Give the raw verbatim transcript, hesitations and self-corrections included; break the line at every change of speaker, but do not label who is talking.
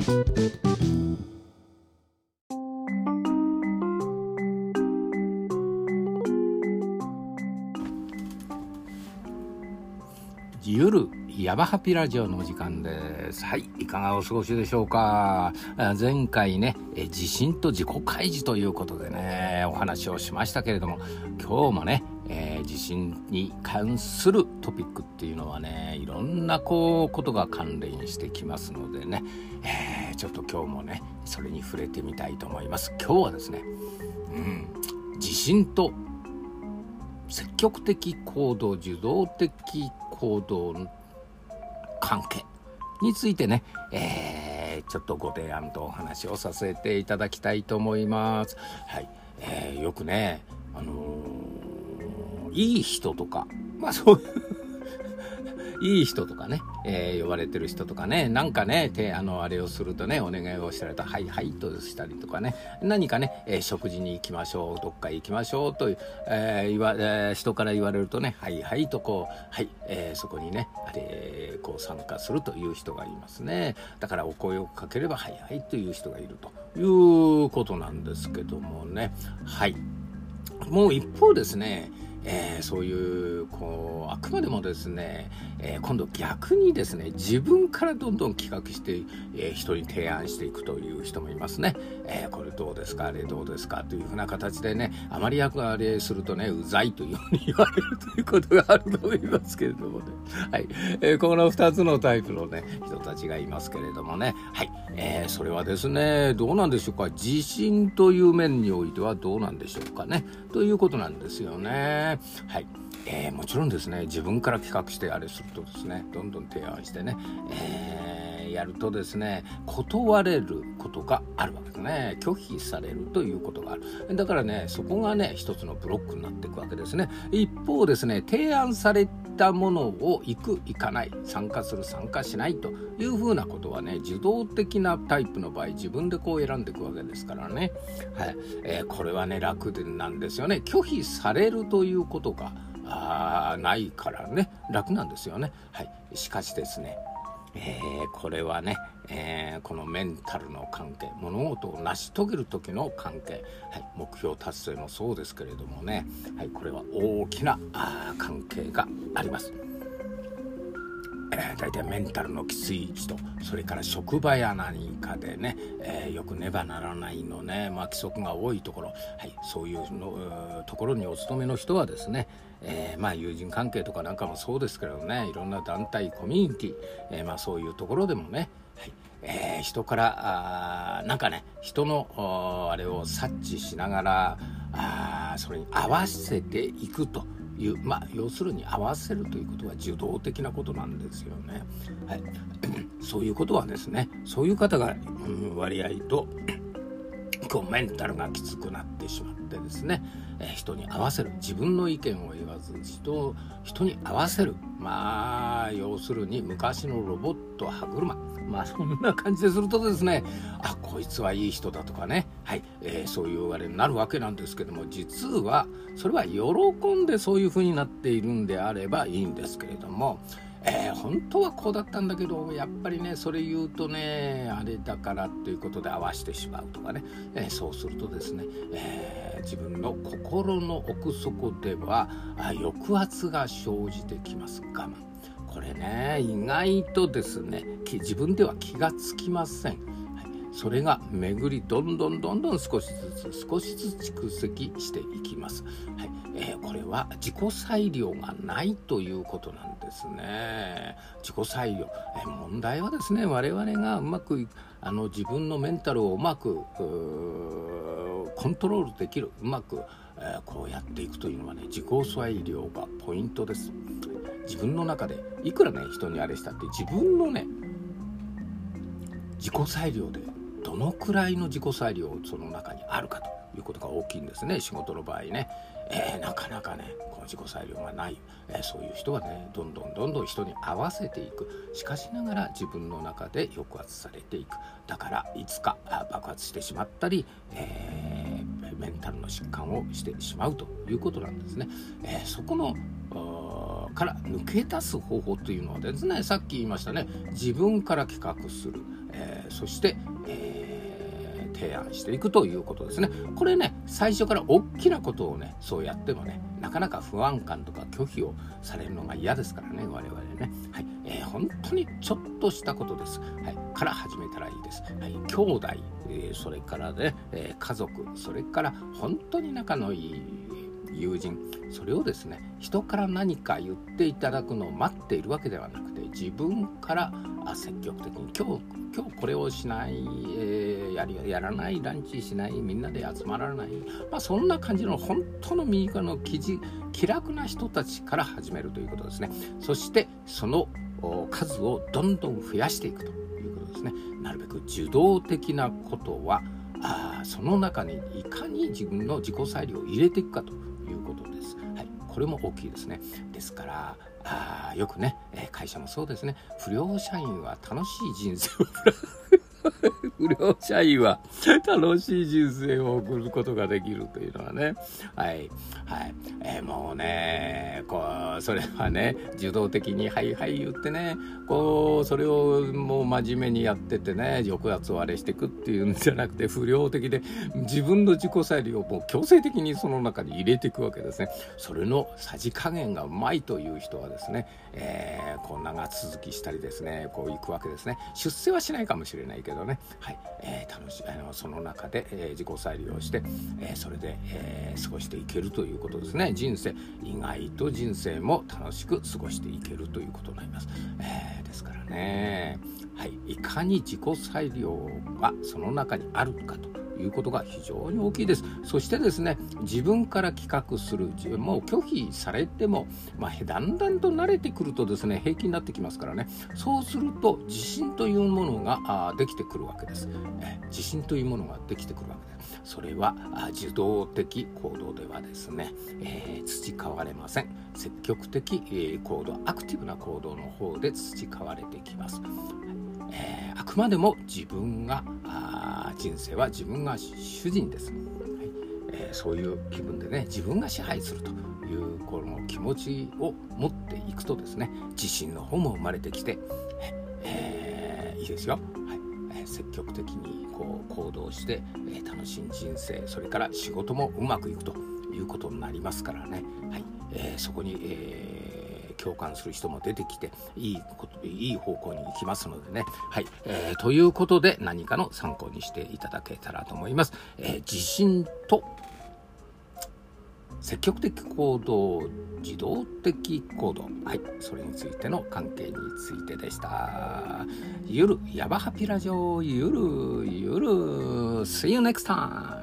ゆるヤバハピラジオのお時間です。はい、いかがお過ごしでしょうか。前回ね、自信と自己開示ということでね、お話をしましたけれども、今日もね、えー、自信に関するトピックっていうのはね、いろんなこうことが関連してきますのでね、えー、ちょっと今日もね、それに触れてみたいと思います。今日はですね、うん、自信と積極的行動、受動的行動の関係についてね、えー、ちょっとご提案とお話をさせていただきたいと思います。はい、えー、よくね、あのー、いい人とか、まあそういういい人とかね、えー、呼ばれてる人とかね、なんかね、てあのあれをするとね、お願いをしたらとはいはいとしたりとかね、何かね、えー、食事に行きましょう、どっか行きましょうという、えー言わえー、人から言われるとね、はいはいとこう、はい、えー、そこにね、あれこう参加するという人がいますね。だからお声をかければはいはいという人がいるということなんですけどもね、はい。もう一方ですね、えー、そういうこうあくまでもですね、えー、今度逆にですね、自分からどんどん企画して、えー、人に提案していくという人もいますね。えー、これどうですか、あれどうですかというふうな形でね、あまり役あれするとね、うざいというふうに言われるということがあると思いますけれどもね、はい、えー、このふたつのタイプのね人たちがいますけれどもね、はい、えー、それはですね、どうなんでしょうか。自信という面においてはどうなんでしょうかね、ということなんですよね。はい、えー、もちろんですね、自分から企画してあれするとですね、どんどん提案してね、えー、やるとですね、断れることがあるわけですね。拒否されるということがある。だからね、そこがね一つのブロックになっていくわけですね。一方ですね、提案されたものを行く行かない、参加する参加しないというふうなことはね、受動的なタイプの場合、自分でこう選んでいくわけですからね、はい、えー、これはね楽でなんですよね。拒否されるということがあないからね、楽なんですよね。はい、しかしですね、えー、これはね、えー、このメンタルの関係、物事を成し遂げる時の関係、はい、目標達成もそうですけれどもね、はい、これは大きなあ関係があります。えー、大体メンタルのきつい人、それから職場や何かでね、えー、よくねばならないのね、まあ、規則が多いところ、はい、そういうのところにお勤めの人はですね、えー、まあ友人関係とかなんかもそうですけどね、いろんな団体コミュニティ、えー、まあそういうところでもね、はい、えー、人からあなんかね、人のあれを察知しながらあそれに合わせていくという、まあ要するに合わせるということは受動的なことなんですよね。はい、そういうことはですね、そういう方が、うん、割合とこうメンタルがきつくなってしまってですね、えー、人に合わせる、自分の意見を言わず人人に合わせる、まあ要するに昔のロボット歯車、まあそんな感じでするとですね、あ、こいつはいい人だとかね、はい、えー、そういうあれになるわけなんですけども、実はそれは喜んでそういう風になっているんであればいいんですけれども、えー、本当はこうだったんだけど、やっぱりねそれ言うとねあれだからということで合わせてしまうとかね、えー、そうするとですね、えー、自分の心の奥底ではあ抑圧が生じてきます。我慢、これね意外とですね自分では気がつきません。それが巡りどんどんどんどん少しずつ少しずつ蓄積していきます。はい、えー、これは自己裁量がないということなんですね。自己裁量、えー、問題はですね、我々がうまくあの自分のメンタルをうまくコントロールできる、うまく、えー、こうやっていくというのはね、自己裁量がポイントです。自分の中でいくらね人にあれしたって、自分のね自己裁量でどのくらいの自己裁量その中にあるかということが大きいんですね。仕事の場合ね、えー、なかなかねこう自己裁量がない、えー、そういう人はねどんどんどんどん人に合わせていく。しかしながら自分の中で抑圧されていく。だからいつか爆発してしまったり、えー、メンタルの疾患をしてしまうということなんですね。えー、そこのから抜け出す方法というのはですね、さっき言いましたね、自分から企画する、えー、そして、えー、提案していくということですね。これね、最初から大きなことをねそうやってもね、なかなか不安感とか拒否をされるのが嫌ですからね、我々ね。はい、えー、本当にちょっとしたことです、はい、から始めたらいいです。はい、兄弟、えー、それからね、えー、家族、それから本当に仲のいい友人、それをですね、人から何か言っていただくのを待っているわけではなくて、自分から積極的に今日今日これをしない、えー、やりやらない、ランチしない、みんなで集まらない、まあ、そんな感じの本当の右側の気気楽な人たちから始めるということですね。そしてその数をどんどん増やしていくということですね。なるべく受動的なことはあその中にいかに自分の自己裁量を入れていくかということです。はい、これも大きいですね。ですからあよくね、会社もそうですね、不良社員は楽しい人生を不良社員は楽しい人生を送ることができるというのはね、はいはい、えー、もうねこうそれはね受動的にはいはい言ってね、こうそれをもう真面目にやっててね、抑圧をあれしていくっていうんじゃなくて、不良的で自分の自己裁量をもう強制的にその中に入れていくわけですね。それのさじ加減がうまいという人はですね、えー、こう長続きしたりですね、こういくわけですね。出世はしないかもしれないけどね、はい、えー、楽しいあのその中で、えー、自己裁量をして、えー、それで、えー、過ごしていけるということですね。人生、意外と人生も楽しく過ごしていけるということになります。えー、ですからね、はい、いかに自己裁量がその中にあるかということが非常に大きいです。そしてですね、自分から企画する、もう拒否されても、まあ、だんだんと慣れてくるとですね、平気になってきますからね。そうすると自信というものがあできてくるわけです。え自信というものができてくるわけです。それはあ受動的行動ではですね、えー、培われません。積極的、えー、行動、アクティブな行動の方で培われてきます。えー、あくまでも自分があ人生は自分が主人です、はい、えー、そういう気分でね、自分が支配するというこの気持ちを持っていくとですね、自信の方も生まれてきて、えー、いいですよ、はい、えー、積極的にこう行動して、えー、楽しい人生、それから仕事もうまくいくということになりますからね、はい、えー、そこに、えー共感する人も出てきていいこと、いい方向に行きますのでね、はい、えー、ということで何かの参考にしていただけたらと思います。えー、自信と積極的行動、自動的行動、はい、それについての関係についてでした。ゆるヤバハピラジオ、ゆるゆる See you next time.